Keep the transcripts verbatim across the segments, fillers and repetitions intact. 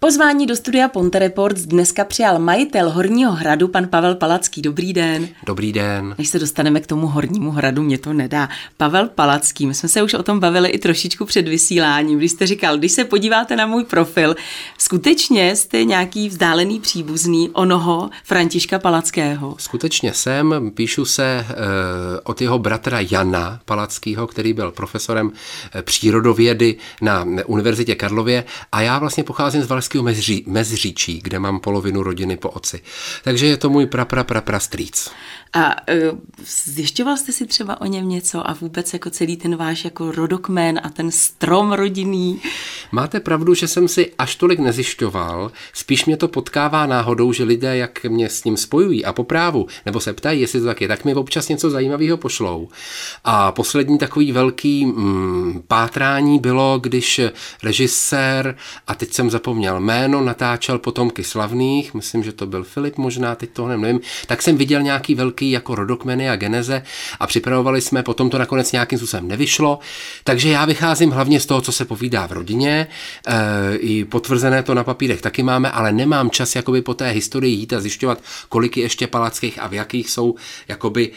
Pozvání do studia Ponte Reports dneska přijal majitel Horního hradu, pan Pavel Palacký. Dobrý den. Dobrý den. Než se dostaneme k tomu Hornímu hradu, mě to nedá. Pavel Palacký, my jsme se už o tom bavili i trošičku před vysíláním, když jste říkal, když se podíváte na můj profil, skutečně jste nějaký vzdálený příbuzný onoho Františka Palackého. Skutečně jsem, píšu se e, od jeho bratra Jana Palackého, který byl profesorem přírodovědy na Univerzitě Karlově, a já vlastně pocházím z Valašského Mezří, Mezříčí, kde mám polovinu rodiny po otci. Takže je to můj pra, pra, pra, pra strýc. A uh, zjišťoval jste si třeba o něm něco a vůbec jako celý ten váš jako rodokmen a ten strom rodinný? Máte pravdu, že jsem si až tolik nezjišťoval, spíš mě to potkává náhodou, že lidé, jak mě s ním spojují a po právu, nebo se ptají, jestli to tak je, tak mi občas něco zajímavého pošlou. A poslední takový velký mm, pátrání bylo, když režisér, a teď jsem zapomněl jméno, natáčel Potomky slavných, myslím, že to byl Filip možná, teď tohle nevím, tak jsem viděl nějaký velký jako rodokmeny a geneze a připravovali jsme, potom to nakonec nějakým způsobem nevyšlo, takže já vycházím hlavně z toho, co se povídá v rodině, e, i potvrzené to na papírech taky máme, ale nemám čas jakoby po té historii jít a zjišťovat, kolik je ještě Palackých a v jakých jsou jakoby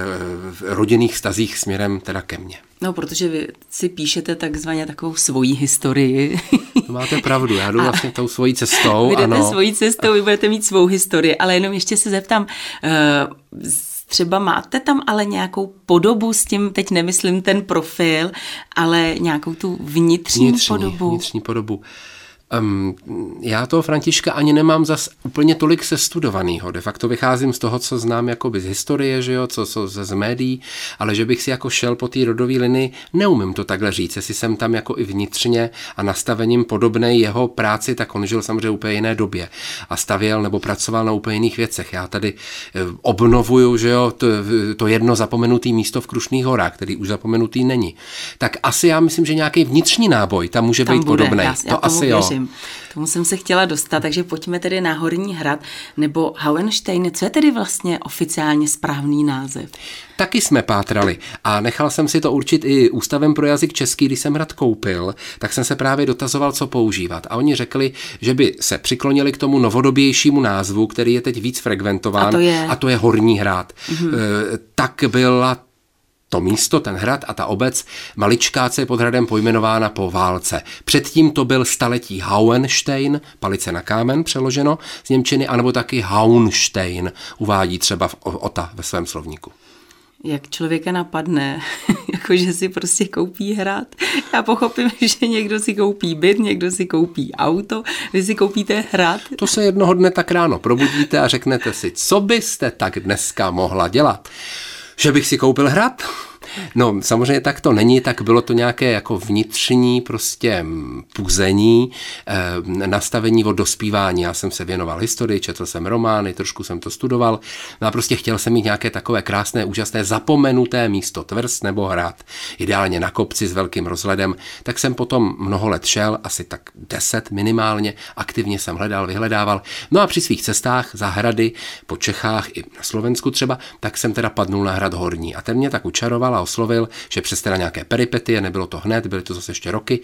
e, rodinných vztazích směrem teda ke mně. No, protože vy si píšete takzvaně takovou svoji historii. To máte pravdu, já jdu a vlastně tou svojí cestou. Vy jdete ano. svojí cestou, vy budete mít svou historii, ale jenom ještě se zeptám, uh, třeba máte tam ale nějakou podobu s tím, teď nemyslím ten profil, ale nějakou tu vnitřní, vnitřní podobu. Vnitřní podobu. Um, já toho Františka ani nemám zas úplně tolik sestudovanýho. De facto vycházím z toho, co znám jakoby z historie, že jo, co, co z médií, ale že bych si jako šel po té rodové linii, neumím to takhle říct. Jestli jsem tam jako i vnitřně a nastavením podobné jeho práci, tak on žil samozřejmě úplně jiné době a stavěl nebo pracoval na úplně jiných věcech. Já tady obnovuju, že jo, to, to jedno zapomenutý místo v Krušných horách, který už zapomenutý není. Tak asi já myslím, že nějaký vnitřní náboj tam může tam být bude, podobný. Já, to já asi věřím. jo. Tomu jsem se chtěla dostat, takže pojďme tedy na Horní hrad nebo Hauenstein. Co je tedy vlastně oficiálně správný název? Taky jsme pátrali a nechal jsem si to určit i Ústavem pro jazyk český, když jsem hrad koupil, tak jsem se právě dotazoval, co používat. A oni řekli, že by se přiklonili k tomu novodobějšímu názvu, který je teď víc frekventován, a to je, a to je Horní hrad. Mm-hmm. E, tak byla to místo, ten hrad a ta obec maličkáce je pod hradem pojmenována po válce. Předtím to byl staletí Hauenstein, palice na kámen přeloženo z němčiny, anebo taky Hauenstein, uvádí třeba v Ota ve svém slovníku. Jak člověka napadne, jakože si prostě koupí hrad. Já pochopím, že někdo si koupí byt, někdo si koupí auto, vy si koupíte hrad. To se jednoho dne tak ráno probudíte a řeknete si, co byste tak dneska mohla dělat? Že bych si koupil hrad? No, samozřejmě tak to není, tak bylo to nějaké jako vnitřní prostě puzení, eh, nastavení od dospívání. Já jsem se věnoval historii, četl jsem romány, trošku jsem to studoval, no a prostě chtěl jsem mít nějaké takové krásné, úžasné, zapomenuté místo, tvrz nebo hrad, ideálně na kopci s velkým rozhledem, tak jsem potom mnoho let šel, asi tak deset minimálně, aktivně jsem hledal, vyhledával. No a při svých cestách za hrady po Čechách i na Slovensku třeba, tak jsem teda padnul na hrad Horní a ten mě tak učaroval a oslovil, že přes teda nějaké peripetie, nebylo to hned, byly to zase ještě roky,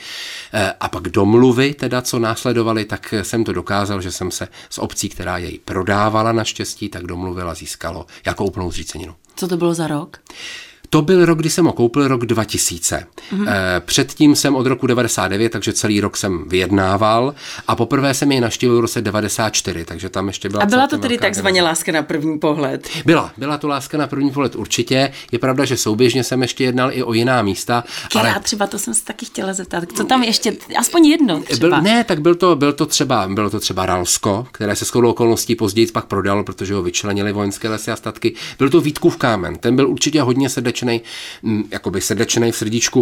a pak domluvy teda, co následovaly, tak jsem to dokázal, že jsem se s obcí, která jej prodávala naštěstí, tak domluvila, získalo jako úplnou zříceninu. Co to bylo za rok? To byl rok, kdy jsem ho koupil, rok dva tisíce. Mm-hmm. E, předtím jsem od roku devadesát devět, takže celý rok jsem vyjednával a poprvé jsem jej navštívil v roce devadesát čtyři, takže tam ještě byla. A byla to tedy takzvaně láska na první pohled? Byla, byla to láska na první pohled určitě. Je pravda, že souběžně jsem ještě jednal i o jiná místa. Která ale... třeba, to jsem se taky chtěla zeptat. Co tam ještě, aspoň jedno třeba? Byl, ne, tak byl to, byl to třeba, bylo to třeba Ralsko, které se shodou okolností později pak prodalo, protože ho vyčlenili vojenské lesy a statky. Byl to Vítkův kámen, ten byl určitě hodně srdečný. Jakoby srdečnej v srdíčku.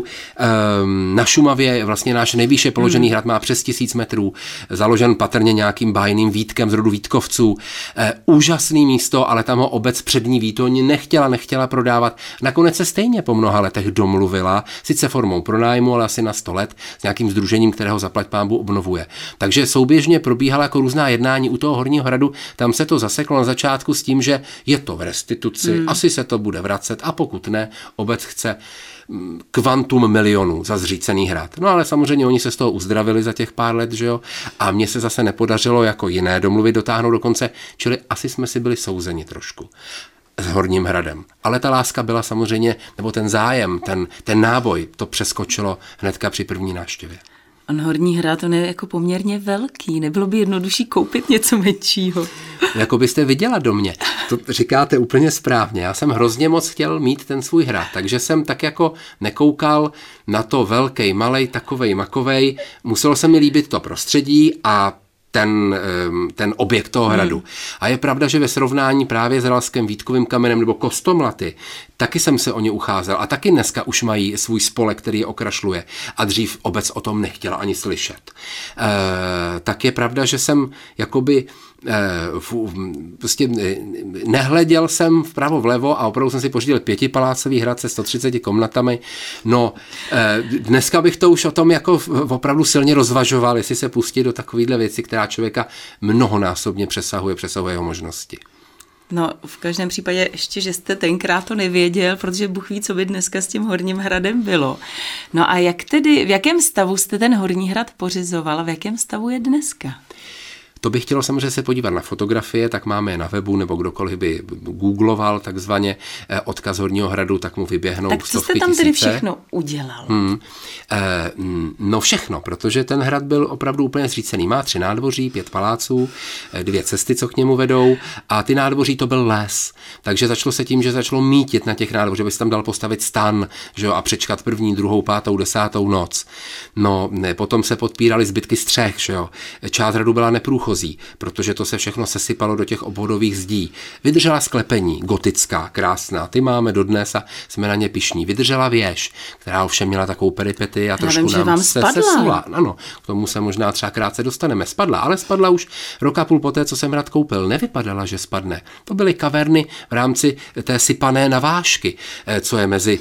Na Šumavě je vlastně náš nejvýše položený hrad, má přes tisíc metrů, založen patrně nějakým bájným Vítkem z rodu Vítkovců. Úžasný místo, ale tam ho obec přední Výtoň nechtěla, nechtěla prodávat. Nakonec se stejně po mnoha letech domluvila, sice formou pronájmu, ale asi na sto let, s nějakým sdružením, kterého zaplať pánbůh obnovuje. Takže souběžně probíhala jako různá jednání u toho Horního hradu, tam se to zaseklo na začátku s tím, že je to v restituci, hmm. asi se to bude vracet a pokud ne, ne, obec chce kvantum milionů za zřícený hrad. No ale samozřejmě oni se z toho uzdravili za těch pár let, že jo, a mně se zase nepodařilo jako jiné domluvy dotáhnout do konce, čili asi jsme si byli souzeni trošku s Horním hradem. Ale ta láska byla samozřejmě, nebo ten zájem, ten, ten náboj, to přeskočilo hnedka při první návštěvě. On Horní hrad, on je jako poměrně velký, nebylo by jednodušší koupit něco menšího. Jako byste viděla do mě, to říkáte úplně správně, já jsem hrozně moc chtěl mít ten svůj hrad, takže jsem tak jako nekoukal na to velkej, malej, takovej, makovej, muselo se mi líbit to prostředí a ten, ten objekt toho hradu. Hmm. A je pravda, že ve srovnání právě s Ralským Vítkovým kamenem nebo Kostomlaty, taky jsem se o ně ucházel a taky dneska už mají svůj spolek, který je okrašluje. A dřív obec o tom nechtěla ani slyšet. E, tak je pravda, že jsem jakoby prostě nehleděl jsem vpravo vlevo a opravdu jsem si pořídil pětipalácový hrad se sto třiceti komnatami. No, dneska bych to už o tom jako opravdu silně rozvažoval, jestli se pustit do takovýhle věci, která člověka mnohonásobně přesahuje, přesahuje jeho možnosti. No, v každém případě ještě, že jste tenkrát to nevěděl, protože Bůh ví, co by dneska s tím Horním hradem bylo. No a jak tedy, v jakém stavu jste ten Horní hrad pořizoval a v jakém stavu je dneska? To bych chtělo samozřejmě se podívat na fotografie, tak máme je na webu, nebo kdokoliv by googloval takzvaně odkaz Horního hradu, tak mu vyběhnou stovky tisíce. Tak co jste tam tisíce? Tedy všechno udělal? Hmm. Eh, no všechno, protože ten hrad byl opravdu úplně zřícený. Má tři nádvoří, pět paláců, dvě cesty, co k němu vedou a ty nádvoří to byl les. Takže začalo se tím, že začalo mítit na těch nádvoří, aby se tam dal postavit stan, že jo, a přečkat první, druhou, pátou, desátou noc. No, ne, potom se podpíraly zbytky střech, že jo. Část hradu byla neprůchozí, protože to se všechno sesypalo do těch obvodových zdí. Vydržela sklepení, gotická, krásná, ty máme dodnes a jsme na ně pyšní. Vydržela věž, která ovšem měla takovou peripety a trošku vím, nám se sesula. Ano, k tomu se možná třeba krátce dostaneme. Spadla, ale spadla už rok a půl poté, co jsem hrad koupil. Nevypadala, že spadne. To byly kaverny v rámci té sypané navážky, co je mezi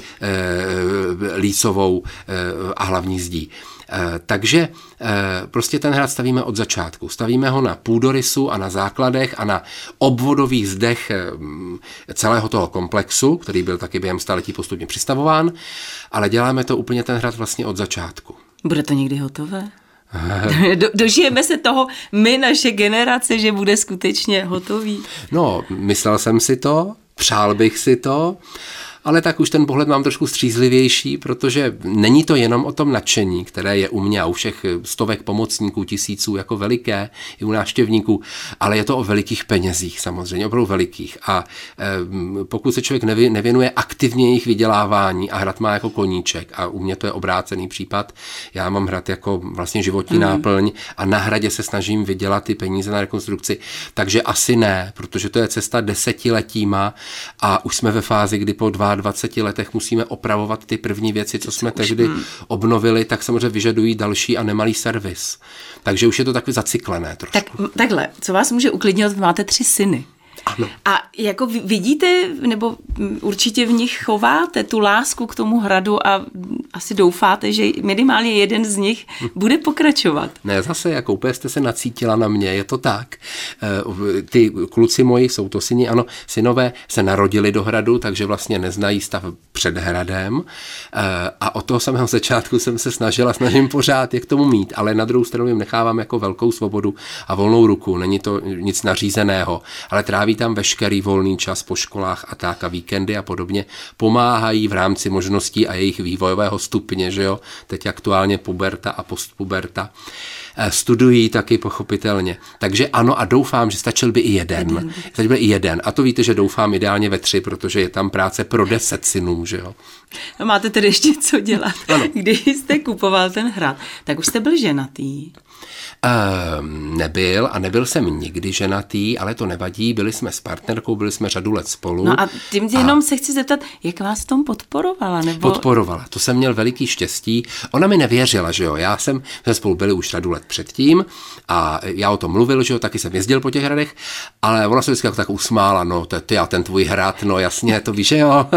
e, Lícovou e, a hlavní zdí. E, takže e, prostě ten hrad stavíme od začátku. Stavíme ho na půdorysu a na základech a na obvodových zdech e, celého toho komplexu, který byl taky během staletí postupně přistavován, ale děláme to úplně ten hrad vlastně od začátku. Bude to někdy hotové? Do, dožijeme se toho my, naše generace, že bude skutečně hotový? No, myslel jsem si to, přál bych si to, ale tak už ten pohled mám trošku střízlivější, protože není to jenom o tom nadšení, které je u mě a u všech stovek pomocníků, tisíců jako veliké, i u návštěvníků, ale je to o velikých penězích samozřejmě, opravdu velikých. A e, pokud se člověk nevě, nevěnuje aktivně jejich vydělávání a hrad má jako koníček, a u mě to je obrácený případ, já mám hrad jako vlastně životní mm. náplň a na hradě se snažím vydělat ty peníze na rekonstrukci, takže asi ne, protože to je cesta desetiletíma a už jsme ve fázi, kdy po dvaceti letech musíme opravovat ty první věci, co jsme tehdy obnovili, tak samozřejmě vyžadují další a nemalý servis. Takže už je to takový zacyklené trošku. Tak, takhle, co vás může uklidnit, máte tři syny. Ano. A jako vidíte, nebo určitě v nich chováte tu lásku k tomu hradu a asi doufáte, že minimálně jeden z nich bude pokračovat. Ne, zase, jako úplně jste se nacítila na mě, je to tak. Ty kluci moji, jsou to syni, ano, synové se narodili do hradu, takže vlastně neznají stav před hradem a od toho samého začátku jsem se snažila, snažím pořád je k tomu mít, ale na druhou stranu jim nechávám jako velkou svobodu a volnou ruku, není to nic nařízeného, ale tráví tam veškerý volný čas po školách a tak a víkendy a podobně, pomáhají v rámci možností a jejich vývojového stupně, že jo, teď aktuálně puberta a postpuberta. Studují taky pochopitelně. Takže ano a doufám, že stačil by i jeden. jeden. Stačil by i jeden. A to víte, že doufám ideálně ve tři, protože je tam práce pro deset synů, že jo. No máte tedy ještě co dělat. Ano. Když jste kupoval ten hrad, tak už jste byl ženatý? Um, nebyl a nebyl jsem nikdy ženatý, ale to nevadí, byli jsme s partnerkou, byli jsme řadu let spolu. No a tím jenom a... se chci zeptat, jak vás v tom podporovala? Nebo... Podporovala, to jsem měl veliký štěstí. Ona mi nevěřila, že jo, já jsem, jsme spolu byli už řadu let let předtím a já o tom mluvil, že jo, taky jsem jezdil po těch hradech, ale ona se vždycky tak usmála, no to ty a ten tvůj hrad, no jasně, to víš, že jo.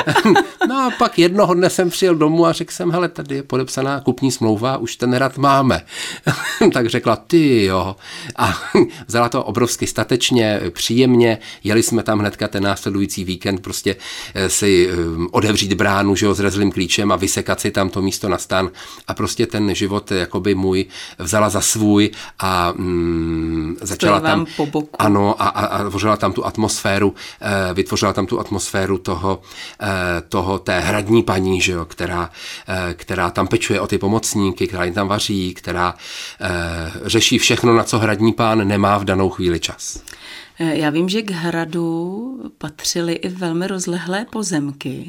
No a pak jednoho dne jsem přijel domů a řekl jsem, hele, tady je podepsaná kupní smlouva, už ten hrad máme. Tak řekla, ty jo. A vzala to obrovsky statečně, příjemně, jeli jsme tam hnedka ten následující víkend prostě si odevřít bránu, že jo, s rezlým klíčem a vysekat si tam to místo na stan a prostě ten život jakoby můj vzala za svůj a mm, začala tam po boku. Ano a, a, a vytvořila tam tu atmosféru, e, vytvořila tam tu atmosféru toho, e, toho té hradní paní, že jo, která, e, která tam pečuje o ty pomocníky, která jim tam vaří, která e, řeší všechno, na co hradní pán nemá v danou chvíli čas. Já vím, že k hradu patřily i velmi rozlehlé pozemky.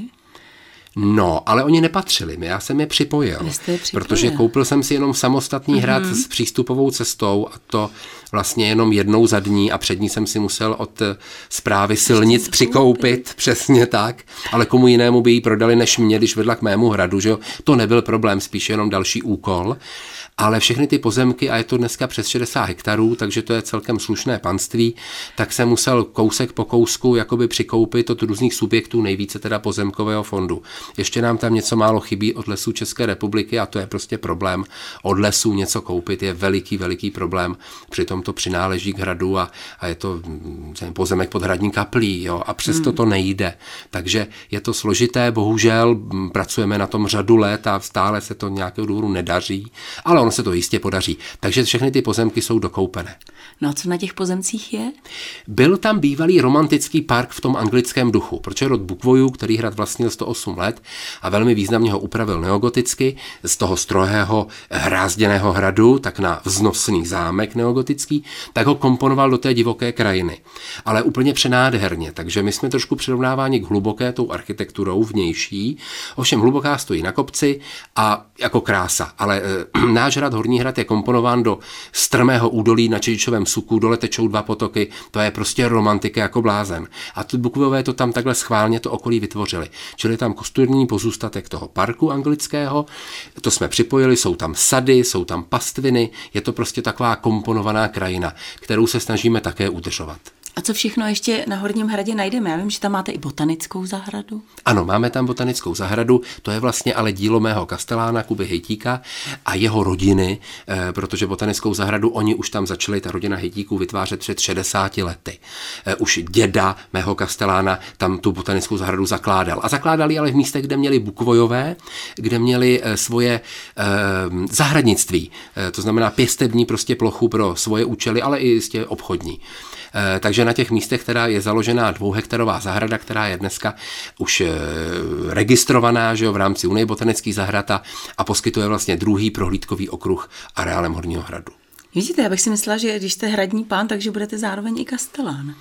No, ale oni nepatřili mi, já jsem je připojil, je připojil. Protože koupil jsem si jenom samostatný hrad mm-hmm. s přístupovou cestou a to vlastně jenom jednou za dní a přední jsem si musel od správy silnic přikoupit, přesně tak, ale komu jinému by ji prodali než mě, když vedla k mému hradu, že jo, to nebyl problém, spíš jenom další úkol. Ale všechny ty pozemky, a je to dneska přes šedesát hektarů, takže to je celkem slušné panství, tak jsem musel kousek po kousku jakoby přikoupit od různých subjektů, nejvíce teda pozemkového fondu. Ještě nám tam něco málo chybí od Lesů České republiky a to je prostě problém. Od lesů něco koupit je veliký, veliký problém. Přitom to přináleží k hradu a, a je to pozemek pod hradní kaplí, jo, a přesto to nejde. Takže je to složité, bohužel pracujeme na tom řadu let a stále se to nějakého důvodu nedaří, ale ono se to jistě podaří. Takže všechny ty pozemky jsou dokoupené. No a co na těch pozemcích je? Byl tam bývalý romantický park v tom anglickém duchu, protože rod Bukvojů, který hrad vlastnil sto osm let a velmi významně ho upravil neogoticky, z toho strohého hrázděného hradu, tak na vznosný zámek neogotický, tak ho komponoval do té divoké krajiny. Ale úplně přenádherně, takže my jsme trošku přirovnáváni k hluboké tou architekturou vnější, ovšem hluboká stojí na kopci a jako krása, ale e, náš hrad, Horní hrad, je komponován do strmého údolí na Čedičovém suku, dole tečou dva potoky, to je prostě romantika jako blázen. A tu Bukvojové to tam takhle schválně to okolí vytvořili. Čili tam kosturní pozůstatek toho parku anglického, to jsme připojili, jsou tam sady, jsou tam pastviny, je to prostě taková komponovaná krajina, kterou se snažíme také udržovat. A co všechno ještě na Horním hradě najdeme? Já vím, že tam máte i botanickou zahradu. Ano, máme tam botanickou zahradu, to je vlastně ale dílo mého kastelána Kuby Hejtíka a jeho rodiny, eh, protože botanickou zahradu oni už tam začali, ta rodina Hejtíků, vytvářet před šedesáti lety. Eh, už děda mého kastelána tam tu botanickou zahradu zakládal. A zakládali ale v místech, kde měli Bukvojové, kde měli eh, svoje eh, zahradnictví, eh, to znamená pěstební prostě plochu pro svoje účely, ale i jistě obchodní. Takže na těch místech, která je založená dvouhektarová zahrada, která je dneska už registrovaná, že jo, v rámci Unie botanických zahrad a poskytuje vlastně druhý prohlídkový okruh areálem Horního hradu. Vidíte, já bych si myslela, že když jste hradní pán, takže budete zároveň i kastelán.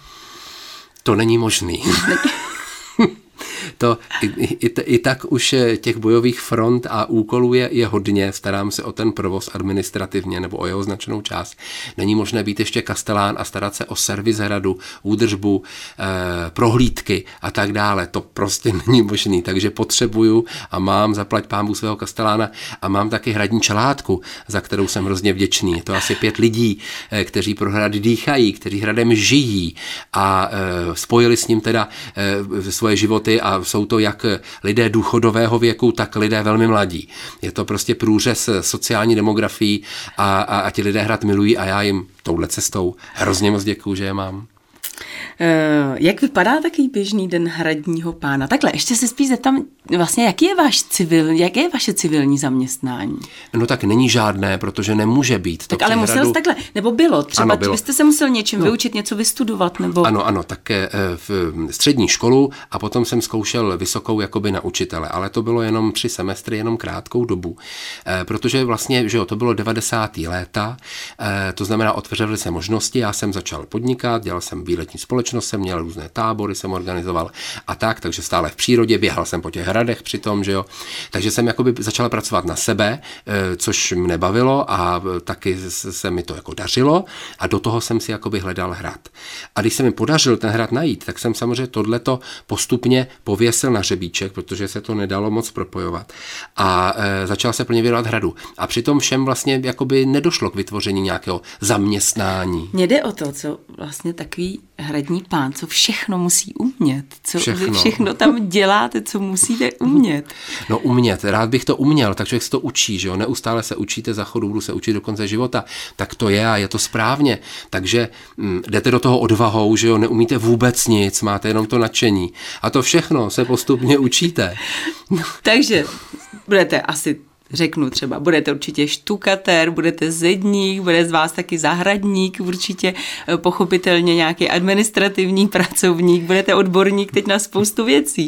To není možný. To i, i, i tak už těch bojových front a úkolů je, je hodně, starám se o ten provoz administrativně nebo o jeho značnou část. Není možné být ještě kastelán a starat se o servis hradu, údržbu, eh, prohlídky a tak dále. To prostě není možný, takže potřebuju a mám zaplať pánbůh svého kastelána a mám taky hradní čelátku, za kterou jsem hrozně vděčný. Je to asi pět lidí, eh, kteří pro hrad dýchají, kteří hradem žijí a eh, spojili s ním teda eh, svoje životy a jsou to jak lidé důchodového věku, tak lidé velmi mladí. Je to prostě průřez sociální demografií a, a, a ti lidé hrad milují a já jim touhle cestou hrozně moc děkuju, že je mám. Jak vypadá takový běžný den hradního pána? Takhle, ještě se spíš zeptám, vlastně, jaký je váš civil, jaké je vaše civilní zaměstnání? No tak není žádné, protože nemůže být. Tak ale musel jsi takhle, nebo bylo, třeba ano, bylo. Byste se musel něčím no. vyučit, něco vystudovat, nebo... Ano, ano, tak v střední školu a potom jsem zkoušel vysokou jakoby na učitele, ale to bylo jenom tři semestry, jenom krátkou dobu, protože vlastně, že jo, to bylo devadesátá léta, to znamená, otevřely se možnosti, já jsem začal podnikat, dělal jsem výletní společnost, společnost jsem měl, různé tábory jsem organizoval a tak, takže stále v přírodě, běhal jsem po těch hradech přitom, že jo. Takže jsem jakoby začal pracovat na sebe, což mě bavilo a taky se mi to jako dařilo a do toho jsem si jakoby hledal hrad. A když se mi podařil ten hrad najít, tak jsem samozřejmě tohleto postupně pověsil na hřebíček, protože se to nedalo moc propojovat. A e, začal se plně věnovat hradu. A přitom všem vlastně jakoby nedošlo k vytvoření nějakého zaměstnání. Mně jde o to, co vlastně takový hradní pán, co všechno musí umět. Co všechno. Vy všechno tam děláte, co musíte umět. No umět, rád bych to uměl, tak člověk se to učí, že jo, neustále se učíte, za chodu budu se učit do konce života, tak to je a je to správně. Takže hm, jdete do toho odvahou, že jo, neumíte vůbec nic, máte jenom to nadšení. A to všechno se postupně učíte. Takže budete asi, řeknu třeba, budete určitě štukatér, budete zedník, bude z vás taky zahradník, určitě pochopitelně nějaký administrativní pracovník, budete odborník teď na spoustu věcí.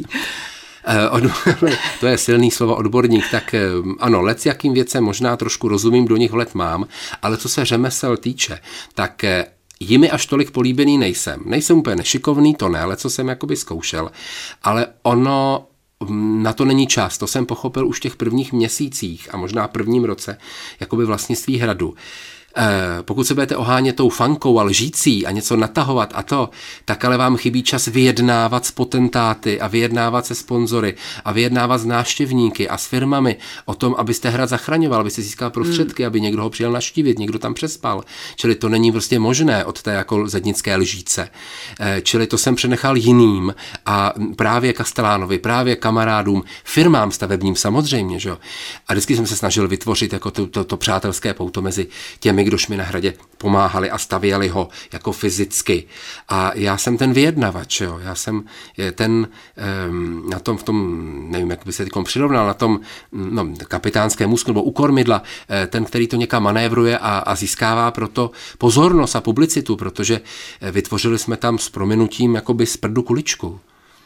To je silný slovo odborník, tak ano, lec jakým věcem možná trošku rozumím, do nich vlet mám, ale co se řemesel týče, tak jimi až tolik políbený nejsem. Nejsem úplně nešikovný, to ne, ale co jsem jakoby zkoušel, ale ono na to není čas, to jsem pochopil už v těch prvních měsících a možná prvním roce jakoby vlastnictví hradu. Pokud se budete ohánět tou fankou a lžící a něco natahovat a to, tak ale vám chybí čas vyjednávat s potentáty a vyjednávat se sponzory a vyjednávat s návštěvníky a s firmami o tom, abyste hrad zachraňoval, abyste získal prostředky, hmm. aby někdo ho přijel navštívit, někdo tam přespal. Čili to není prostě možné od té jako zednické lžíce. Čili to jsem přenechal jiným a právě Kastelánovi, právě kamarádům, firmám stavebním samozřejmě, že jo. A vždycky jsem se snažil vytvořit jako to, to, to přátelské pouto mezi těmi, kdož mi na hradě pomáhali a stavěli ho jako fyzicky. A já jsem ten vyjednavač, jo. Já jsem ten um, na tom, v tom, nevím, jak by se teď přirovnal, na tom no, kapitánském úzku nebo u kormidla, ten, který to někam manévruje a, a získává proto pozornost a publicitu, protože vytvořili jsme tam s prominutím jakoby z prdu kuličku.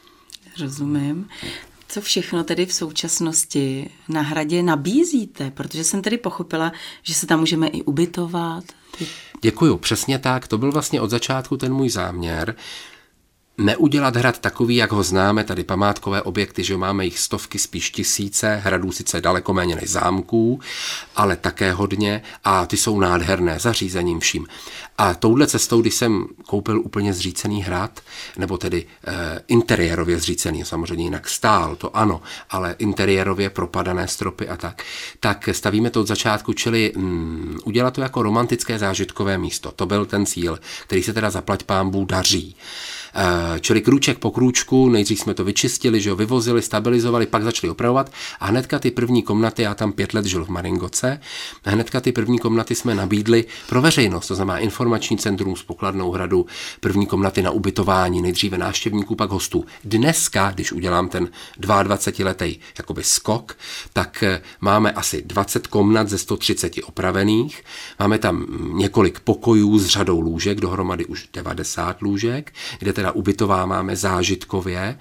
Rozumím. Co všechno tedy v současnosti na hradě nabízíte? Protože jsem tedy pochopila, že se tam můžeme i ubytovat. Děkuju, přesně tak. To byl vlastně od začátku ten můj záměr. Neudělat hrad takový, jak ho známe, tady památkové objekty, že máme jich stovky, spíš tisíce, hradů sice daleko méně než zámků, ale také hodně a ty jsou nádherné zařízením vším. A touhle cestou, když jsem koupil úplně zřícený hrad, nebo tedy e, interiérově zřícený, samozřejmě jinak stál, to ano, ale interiérově propadané stropy a tak, tak stavíme to od začátku, čili mm, udělat to jako romantické zážitkové místo. To byl ten cíl, který se teda zaplať pánbů daří. Čili krůček po krůčku, nejdřív jsme to vyčistili, že ho vyvozili, stabilizovali, pak začali opravovat a hnedka ty první komnaty, já tam pět let žil v Maringoce, hnedka ty první komnaty jsme nabídli pro veřejnost, to znamená informační centrum s pokladnou hradu, první komnaty na ubytování, nejdříve návštěvníků, pak hostů. Dneska, když udělám ten dvacetiletý jakoby skok, tak máme asi dvacet komnat ze sto třicet opravených, máme tam několik pokojů s řadou lůžek, dohromady už devadesát lůžek, kde teda ubytováváme zážitkově,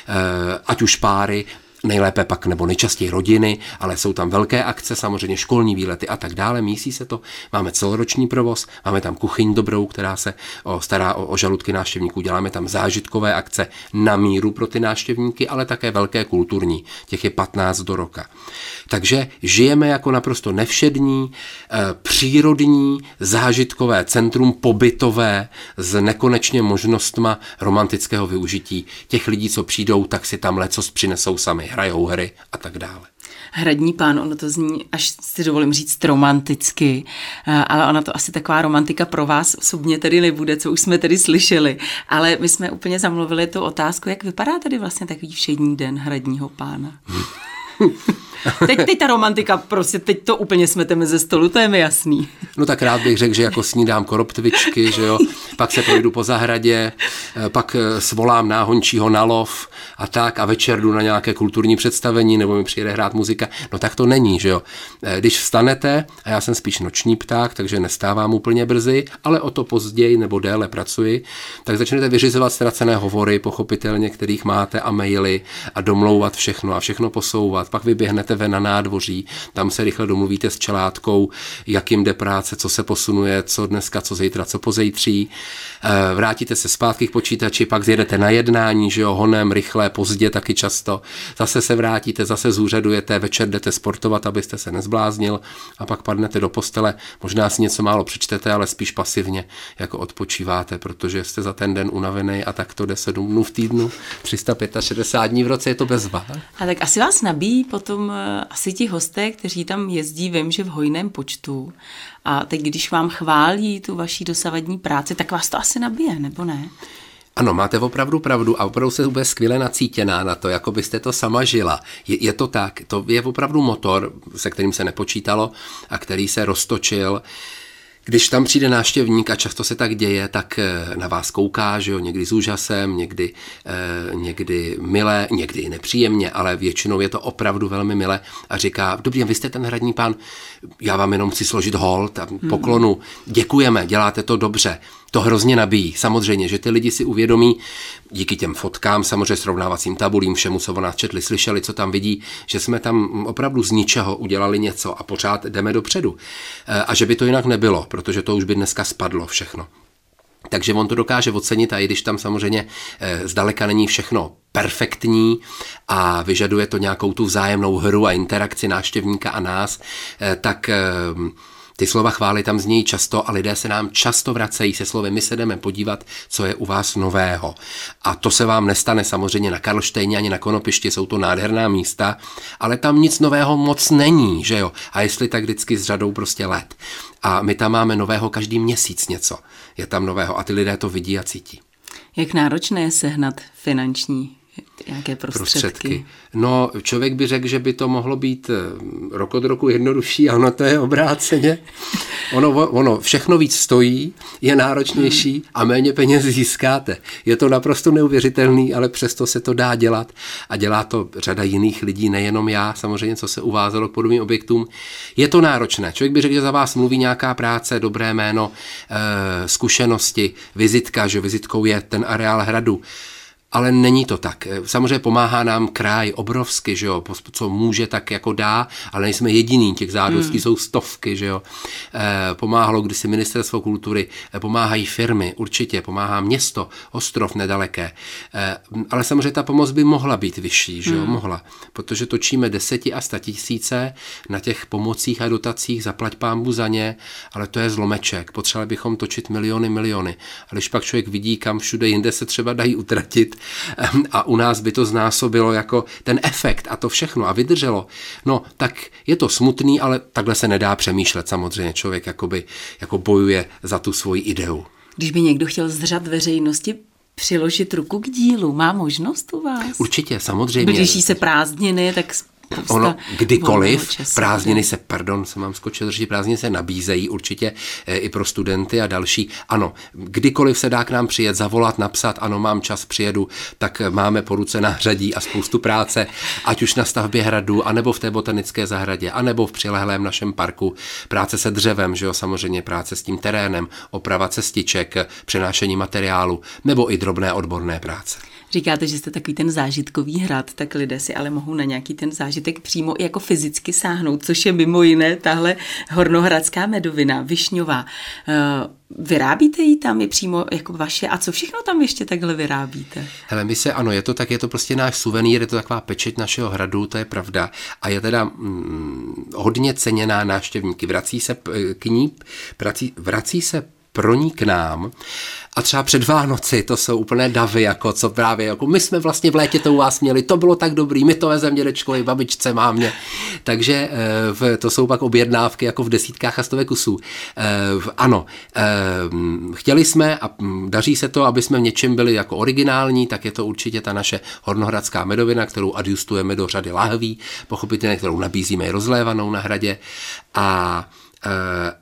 ať už páry, nejlépe pak nebo nejčastěji rodiny, ale jsou tam velké akce, samozřejmě školní výlety a tak dále, mísí se to, máme celoroční provoz, máme tam kuchyň dobrou, která se o, stará o, o žaludky návštěvníků, děláme tam zážitkové akce na míru pro ty návštěvníky, ale také velké kulturní, těch je patnáct do roka. Takže žijeme jako naprosto nevšední, e, přírodní, zážitkové centrum, pobytové, s nekonečně možnostma romantického využití. Těch lidí, co přijdou, tak si tam lecos přinesou sami, hrajou hry a tak dále. Hradní pán, ono to zní, až si dovolím říct, romanticky, ale ona to asi taková romantika pro vás osobně tedy nebude, co už jsme tedy slyšeli, ale my jsme úplně zamluvili tu otázku, jak vypadá tady vlastně takový všední den hradního pána. Teď, teď ta romantika, prostě teď to úplně smeteme ze stolu, to je mi jasný. No tak rád bych řekl, že jako snídám koroptvičky, že jo, pak se projdu po zahradě, pak svolám náhončího na lov a tak a večer jdu na nějaké kulturní představení nebo mi přijede hrát muzika. No tak to není, že jo. Když vstanete, a já jsem spíš noční pták, takže nestávám úplně brzy, ale o to později nebo déle pracuji, tak začnete vyřizovat ztracené hovory, pochopitelně, kterých máte a maily a domlouvat všechno a všechno posouvat. Pak vyběhnete vyjdete ven na nádvoří, tam se rychle domluvíte s čelátkou, jak jim jde práce, co se posunuje, co dneska, co zítra, co pozejtří. Vrátíte se zpátky k počítači, pak zjedete na jednání, že jo, honem, rychle, pozdě taky často. Zase se vrátíte, zase zúřadujete, večer jdete sportovat, abyste se nezbláznil a pak padnete do postele. Možná si něco málo přečtete, ale spíš pasivně jako odpočíváte, protože jste za ten den unavený a tak to jde sedm dnů v týdnu, tři sta šedesát pět dní v roce, je to bezva. A tak asi vás nabíjí potom asi ti hosté, kteří tam jezdí, vím, že v hojném počtu. A teď, když vám chválí tu vaší dosavadní práci, tak vás to asi nabije, nebo ne? Ano, máte opravdu pravdu a opravdu se bude skvěle nacítěná na to, jako byste to sama žila. Je, je to tak, to je opravdu motor, se kterým se nepočítalo a který se roztočil. Když tam přijde návštěvník a často se tak děje, tak na vás kouká, že jo, někdy s úžasem, někdy, eh, někdy milé, někdy i nepříjemně, ale většinou je to opravdu velmi milé a říká, dobrý, vy jste ten hradní pán, já vám jenom chci složit hold a poklonu, děkujeme, děláte to dobře. To hrozně nabíjí. Samozřejmě, že ty lidi si uvědomí, díky těm fotkám, samozřejmě srovnávacím tabulím, všemu, co o nás četli, slyšeli, co tam vidí, že jsme tam opravdu z ničeho udělali něco a pořád jdeme dopředu. A že by to jinak nebylo, protože to už by dneska spadlo všechno. Takže on to dokáže ocenit a i když tam samozřejmě zdaleka není všechno perfektní a vyžaduje to nějakou tu vzájemnou hru a interakci návštěvníka a nás, tak ty slova chvály tam znějí často a lidé se nám často vracejí se slovy, my se jdeme podívat, co je u vás nového. A to se vám nestane samozřejmě na Karlštejně ani na Konopišti, jsou to nádherná místa, ale tam nic nového moc není, že jo? A jestli tak vždycky s řadou prostě let. A my tam máme nového každý měsíc něco. Je tam nového a ty lidé to vidí a cítí. Jak náročné je sehnat finanční nějaké prostředky? prostředky. No, člověk by řekl, že by to mohlo být rok od roku jednodušší, a ono to je obráceně. Ono, ono všechno víc stojí, je náročnější a méně peněz získáte. Je to naprosto neuvěřitelný, ale přesto se to dá dělat a dělá to řada jiných lidí, nejenom já, samozřejmě, co se uvázalo k podobným objektům. Je to náročné. Člověk by řekl, že za vás mluví nějaká práce, dobré jméno, zkušenosti, vizitka, že vizitkou je ten areál hradu. Ale není to tak. Samozřejmě pomáhá nám kraj obrovsky, že jo, co může, tak jako dá, ale nejsme jediný, těch zádostí hmm. jsou stovky, že jo. E, pomáhalo kdysi Ministerstvo kultury, e, pomáhají firmy, určitě, pomáhá město, Ostrov nedaleké, e, ale samozřejmě ta pomoc by mohla být vyšší, že jo, hmm. mohla, protože točíme deseti a sta tisíce na těch pomocích a dotacích, zaplať pánbu za ně, ale to je zlomeček, potřebovali bychom točit miliony, miliony. A když pak člověk vidí, kam všude jinde se třeba dají utratit, a u nás by to znásobilo jako ten efekt a to všechno a vydrželo. No, tak je to smutný, ale takhle se nedá přemýšlet samozřejmě. Člověk jakoby, jako bojuje za tu svoji ideu. Když by někdo chtěl z řad veřejnosti přiložit ruku k dílu, má možnost u vás? Určitě, samozřejmě. Blíží se prázdniny, tak ono kdykoliv, prázdniny se, pardon, se mám skočit, že prázdniny se nabízejí určitě e, i pro studenty a další. Ano, kdykoliv se dá k nám přijet, zavolat, napsat, ano, mám čas, přijedu, tak máme po ruce na hřadí a spoustu práce, ať už na stavbě hradu, anebo v té botanické zahradě, anebo v přilehlém našem parku. Práce se dřevem, že jo, samozřejmě práce s tím terénem, oprava cestiček, přenášení materiálu, nebo i drobné odborné práce. Říkáte, že jste takový ten zážitkový hrad, tak lidé si ale mohou na nějaký ten zážitek přímo jako fyzicky sáhnout, což je mimo jiné tahle hornohradská medovina, višňová. Vyrábíte ji tam, je přímo jako vaše a co všechno tam ještě takhle vyrábíte? Hele, my se, ano, je to tak, je to prostě náš suvenýr, je to taková pečeť našeho hradu, to je pravda a je teda mm, hodně ceněná návštěvníky, vrací se k ní, vrací, vrací se pro ní k nám. A třeba před Vánoci to jsou úplné davy, jako co právě, jako my jsme vlastně v létě to u vás měli, to bylo tak dobrý, my to vezem dědečkovi, babičce, mámě. Takže v, to jsou pak objednávky jako v desítkách a stovek kusů. Ano, chtěli jsme a daří se to, aby jsme v něčem byli jako originální, tak je to určitě ta naše hornohradská medovina, kterou adjustujeme do řady lahví, pochopitelně, kterou nabízíme i rozlévanou na hradě a A, a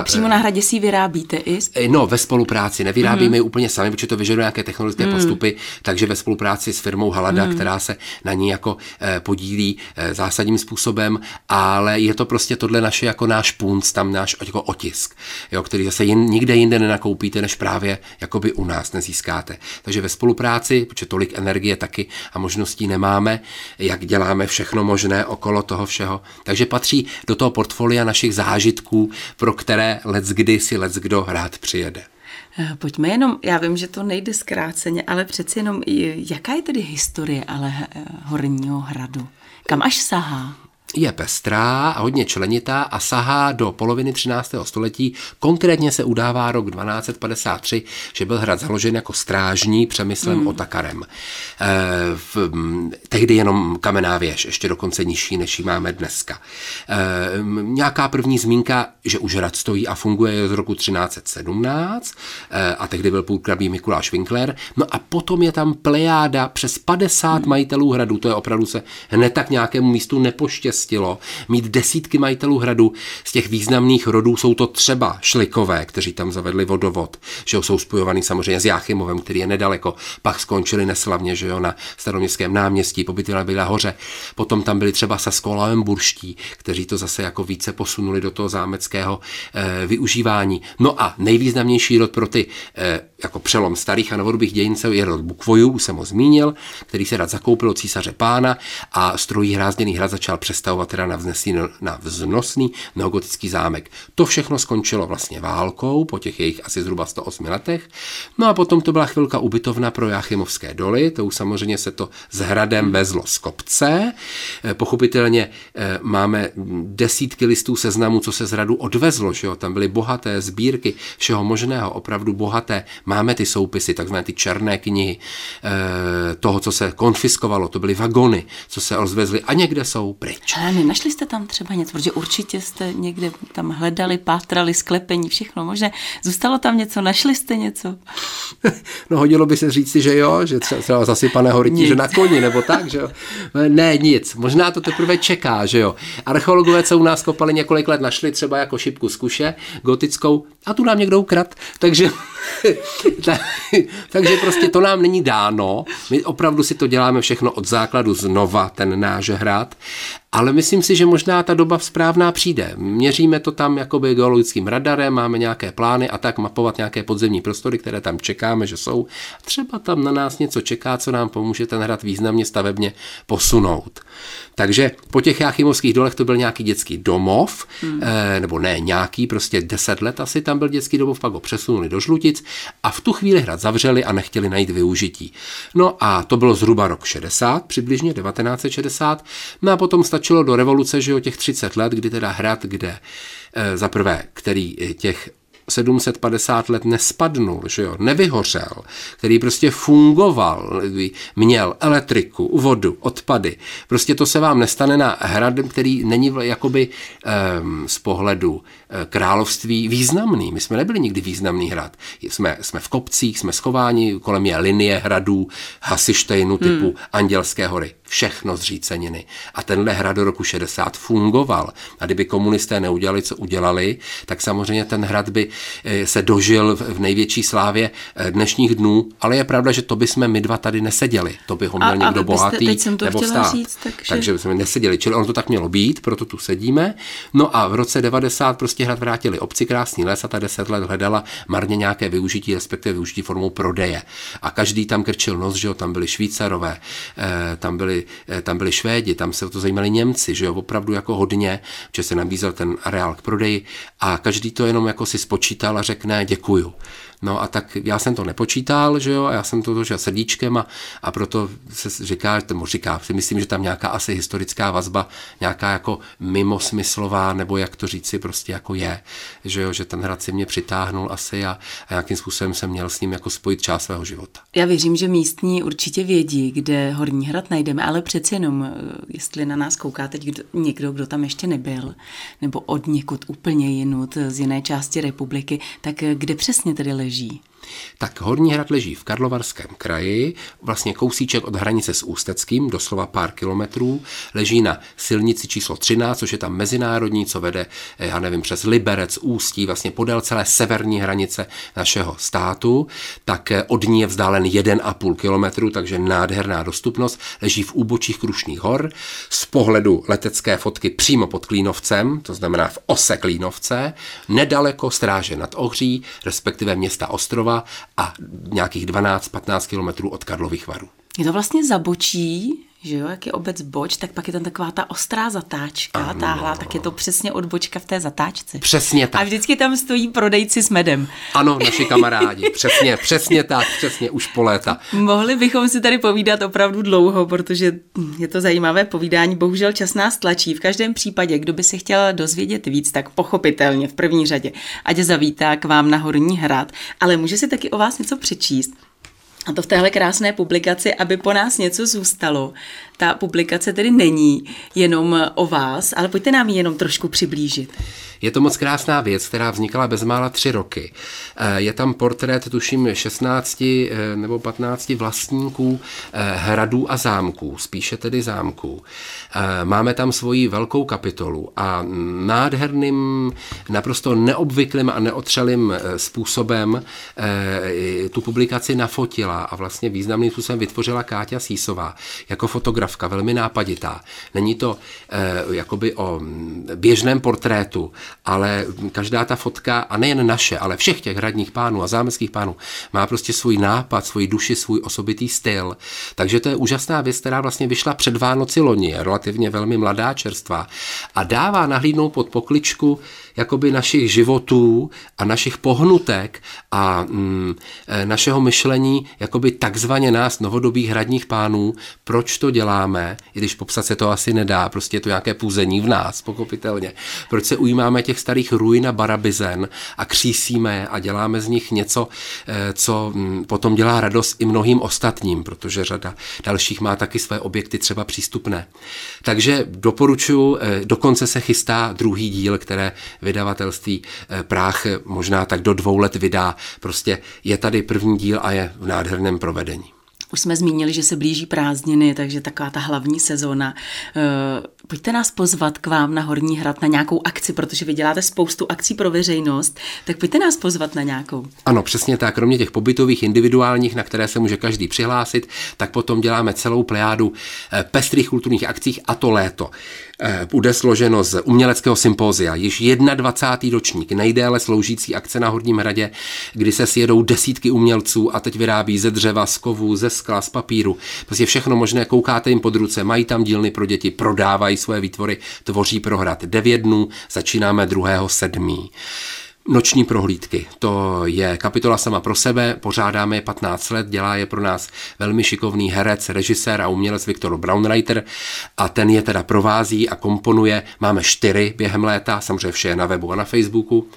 A přímo na hradě si ji vyrábíte i? No, ve spolupráci. Nevyrábíme mm. ji úplně sami, protože to vyžaduje nějaké technologické mm. postupy, takže ve spolupráci s firmou Halada, mm. která se na ní jako eh, podílí eh, zásadním způsobem, ale je to prostě tohle naše jako náš punc, tam náš jako otisk, jo, který zase jin, nikde jinde nenakoupíte, než právě jakoby u nás nezískáte. Takže ve spolupráci, protože tolik energie taky a možností nemáme, jak děláme všechno možné okolo toho všeho. Takže patří do toho portfolia našich zážitků, pro které leckdy si leckdo rád přijede. Pojďme jenom, já vím, že to nejde zkráceně, ale přeci jenom, jaká je tedy historie ale Horního Hradu? Kam až sahá? Je pestrá a hodně členitá a sahá do poloviny třináctého století. Konkrétně se udává rok dvanáct set padesát tři, že byl hrad založen jako strážní Přemyslem hmm. Otakarem. E, v, tehdy jenom kamenná věž, ještě dokonce nižší, než ji máme dneska. E, nějaká první zmínka, že už hrad stojí a funguje, je z roku třináct set sedmnáct e, a tehdy byl půlkrabý Mikuláš Winkler. No a potom je tam plejáda přes padesát hmm. majitelů hradu, to je opravdu se hned tak nějakému místu nepoštěstí mít desítky majitelů hradu. Z těch významných rodů jsou to třeba Šlikové, kteří tam zavedli vodovod, že jo, jsou spojovaný samozřejmě s Jáchymovem, který je nedaleko, pak skončili neslavně, že jo, na Staroměstském náměstí, pobyty na Bílé hoře. Potom tam byli třeba Saskolavem Burští, kteří to zase jako více posunuli do toho zámeckého e, využívání. No a nejvýznamnější rod pro ty e, jako přelom starých a novodobých dějin je rod Bukvojů, už jsem ho zmínil, který se rád zakoupil od císaře Pána a strojí hrázděný hrad začal přestavovat teda na, vznesný, na vznosný neogotický zámek. To všechno skončilo vlastně válkou po těch jejich asi zhruba sto osmi letech. No a potom to byla chvilka ubytovna pro Jáchymovské doly, to už samozřejmě se to s hradem vezlo z kopce. Pochopitelně máme desítky listů seznamů, co se z hradu odvezlo, že jo? Tam byly bohaté sbírky všeho možného, opravdu bohaté. Máme ty soupisy, takzvané ty černé knihy toho, co se konfiskovalo, to byly vagony, co se rozvezly a někde jsou pryč. Ale nenašli jste tam třeba něco, protože určitě jste někde tam hledali, pátrali, sklepení, všechno možné. Zůstalo tam něco, našli jste něco? No hodilo by se říct, že jo, že třeba zasypané horytíře na koni, nebo tak, že jo. Ne, nic. Možná to teprve čeká, že jo. Archeologové, co u nás kopali několik let, našli třeba jako šipku z kuše, gotickou, a tu nám někdo ukrad. Takže, takže prostě to nám není dáno. My opravdu si to děláme všechno od základu znova, ten náš hrad. Ale myslím si, že možná ta doba správná přijde. Měříme to tam jakoby geologickým radarem, máme nějaké plány a tak mapovat nějaké podzemní prostory, které tam čekáme, že jsou. Třeba tam na nás něco čeká, co nám pomůže ten hrad významně stavebně posunout. Takže po těch Jáchymovských dolech to byl nějaký dětský domov, hmm. eh, nebo ne nějaký, prostě deset let asi tam byl dětský domov, pak ho přesunuli do Žlutic a v tu chvíli hrad zavřeli a nechtěli najít využití. No a to bylo zhruba rok šedesát, přibližně devatenáct set šedesát, no a potom stačilo do revoluce, že jo, těch třicet let, kdy teda hrad, kde e, za prvé, který těch sedm set padesát let nespadnul, že jo, nevyhořel, který prostě fungoval, měl elektriku, vodu, odpady. Prostě to se vám nestane na hrad, který není jakoby um, z pohledu království významný. My jsme nebyli nikdy významný hrad. Jsme, jsme v kopcích, jsme schováni, kolem je linie hradů, Hasištejnu typu hmm. Andělské hory. Všechno zříceniny. A tenhle hrad do roku šedesát fungoval. A kdyby komunisté neudělali, co udělali, tak samozřejmě ten hrad by se dožil v největší slávě dnešních dnů, ale je pravda, že to bychom my dva tady neseděli. To by ho měl a, někdo a bohatý nebo stát. Říct, takže... takže bychom neseděli. Čili ono to tak mělo být, proto tu sedíme. No a v roce devadesát prostě hrad vrátili obci krásný les a ta deset let hledala marně nějaké využití, respektive využití formou prodeje. A každý tam krčil nos, že jo, tam byli Švýcarové, eh, tam byli, eh, tam byli Švédi, tam se o to zajímali Němci, že jo, opravdu jako hodně, že se nabízel ten areál k prodeji a každý to jenom jako si spočítal a řekne děkuju. No a tak já jsem to nepočítal, že jo, a já jsem to dožil srdíčkem a, a proto se říká, tomu říká, si myslím, že tam nějaká asi historická vazba, nějaká jako mimosmyslová, nebo jak to říci, prostě jako je, že jo, že ten hrad si mě přitáhnul asi a, a nějakým způsobem jsem měl s ním jako spojit část svého života. Já věřím, že místní určitě vědí, kde Horní Hrad najdeme, ale přeci jenom, jestli na nás kouká teď kdo, někdo, kdo tam ještě nebyl, nebo od někud úplně jinut z jiné části republiky, tak kde přesně tedy leží? Tak Horní Hrad leží v Karlovarském kraji, vlastně kousíček od hranice s Ústeckým, doslova pár kilometrů, leží na silnici číslo třináct, což je tam mezinárodní, co vede, já nevím, přes Liberec, Ústí, vlastně podél celé severní hranice našeho státu, tak od ní je vzdálen jeden a půl kilometru, takže nádherná dostupnost, leží v úbočích Krušných hor, z pohledu letecké fotky přímo pod Klínovcem, to znamená v ose Klínovce, nedaleko Stráže nad Ohří, respektive města Ostrova a nějakých dvanáct patnáct kilometrů od Karlových Varů. Je to vlastně Zabočí, že jo, jak je obec Boč, tak pak je tam taková ta ostrá zatáčka, ano. táhla, tak je to přesně odbočka v té zatáčce. Přesně tak. A vždycky tam stojí prodejci s medem. Ano, naši kamarádi, přesně, přesně tak, přesně, už po léta. Mohli bychom si tady povídat opravdu dlouho, protože je to zajímavé povídání, bohužel čas nás tlačí. V každém případě, kdo by se chtěl dozvědět víc, tak pochopitelně v první řadě, ať zavítá k vám na Horní Hrad, ale může si taky o vás něco přečíst. A to v téhle krásné publikaci, aby po nás něco zůstalo. Ta publikace tedy není jenom o vás, ale pojďte nám ji jenom trošku přiblížit. Je to moc krásná věc, která vznikala bezmála tři roky. Je tam portrét, tuším, šestnácti nebo patnácti vlastníků hradů a zámků, spíše tedy zámků. Máme tam svoji velkou kapitolu a nádherným, naprosto neobvyklým a neotřelým způsobem tu publikaci nafotila a vlastně významným způsobem vytvořila Káťa Sísová jako fotografka, velmi nápaditá. Není to jakoby o běžném portrétu, ale každá ta fotka, a nejen naše, ale všech těch hradních pánů a zámeckých pánů, má prostě svůj nápad, svůj duši, svůj osobitý styl. Takže to je úžasná věc, která vlastně vyšla před Vánoci loni, je relativně velmi mladá, čerstvá a dává nahlídnout pod pokličku jakoby našich životů a našich pohnutek a mm, našeho myšlení, jakoby takzvaně nás, novodobých hradních pánů, proč to děláme, i když popsat se to asi nedá, prostě je to nějaké půzení v nás, pochopitelně. Proč se ujímáme těch starých ruin a barabizen a křísíme a děláme z nich něco, co potom dělá radost i mnohým ostatním, protože řada dalších má taky své objekty třeba přístupné. Takže doporučuji, dokonce se chystá druhý díl, které vydavatelství Práh možná tak do dvou let vydá. Prostě je tady první díl a je v nádherném provedení. Už jsme zmínili, že se blíží prázdniny, takže taková ta hlavní sezóna. Pojďte nás pozvat k vám na Horní Hrad na nějakou akci, protože vy děláte spoustu akcí pro veřejnost, tak pojďte nás pozvat na nějakou. Ano, přesně tak. Kromě těch pobytových individuálních, na které se může každý přihlásit, tak potom děláme celou plejádu pestrých kulturních akcích a to léto. Bude složeno z uměleckého sympózia, již dvacátý první ročník, nejdéle sloužící akce na Horním Hradě, kdy se sjedou desítky umělců a teď vyrábí ze dřeva, z kovů, ze skla, z papíru. Prostě všechno možné, koukáte jim pod ruce, mají tam dílny pro děti, prodávají svoje výtvory, tvoří pro hrad. Devět dnů, začínáme druhého sedmého Noční prohlídky, to je kapitola sama pro sebe, pořádáme je patnáct let, dělá je pro nás velmi šikovný herec, režisér a umělec Viktor Braunreiter a ten je teda provází a komponuje, máme čtyři během léta, samozřejmě vše je na webu a na Facebooku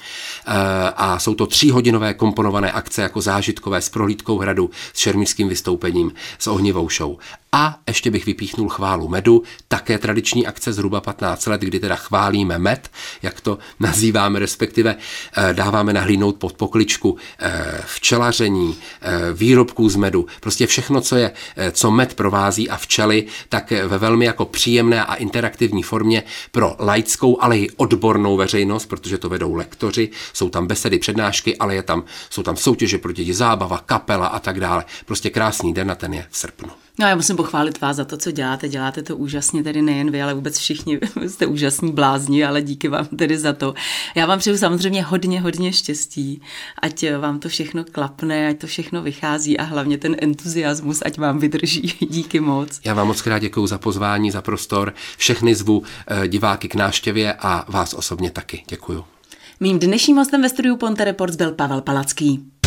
a jsou to tříhodinové komponované akce jako zážitkové s prohlídkou hradu, s šermířským vystoupením, s ohnivou show. A ještě bych vypíchnul chválu medu, také tradiční akce zhruba patnáct let, kdy teda chválíme med, jak to nazýváme, respektive dáváme nahlídnout pod pokličku včelaření, výrobků z medu, prostě všechno, co je, co med provází a včely, tak ve velmi jako příjemné a interaktivní formě pro laickou, ale i odbornou veřejnost, protože to vedou lektoři, jsou tam besedy, přednášky, ale je tam, jsou tam soutěže pro děti, zábava, kapela a tak dále. Prostě krásný den a ten je v srpnu. No já musím pochválit vás za to, co děláte. Děláte to úžasně, tedy nejen vy, ale vůbec všichni jste úžasní blázni, ale díky vám tedy za to. Já vám přeju samozřejmě hodně, hodně štěstí, ať vám to všechno klapne, ať to všechno vychází a hlavně ten entuziasmus, ať vám vydrží. Díky moc. Já vám moc krát děkuju za pozvání, za prostor. Všechny zvu diváky k návštěvě a vás osobně taky. Děkuju. Mým dnešním hostem ve studiu Ponte Reports byl Pavel Palacký.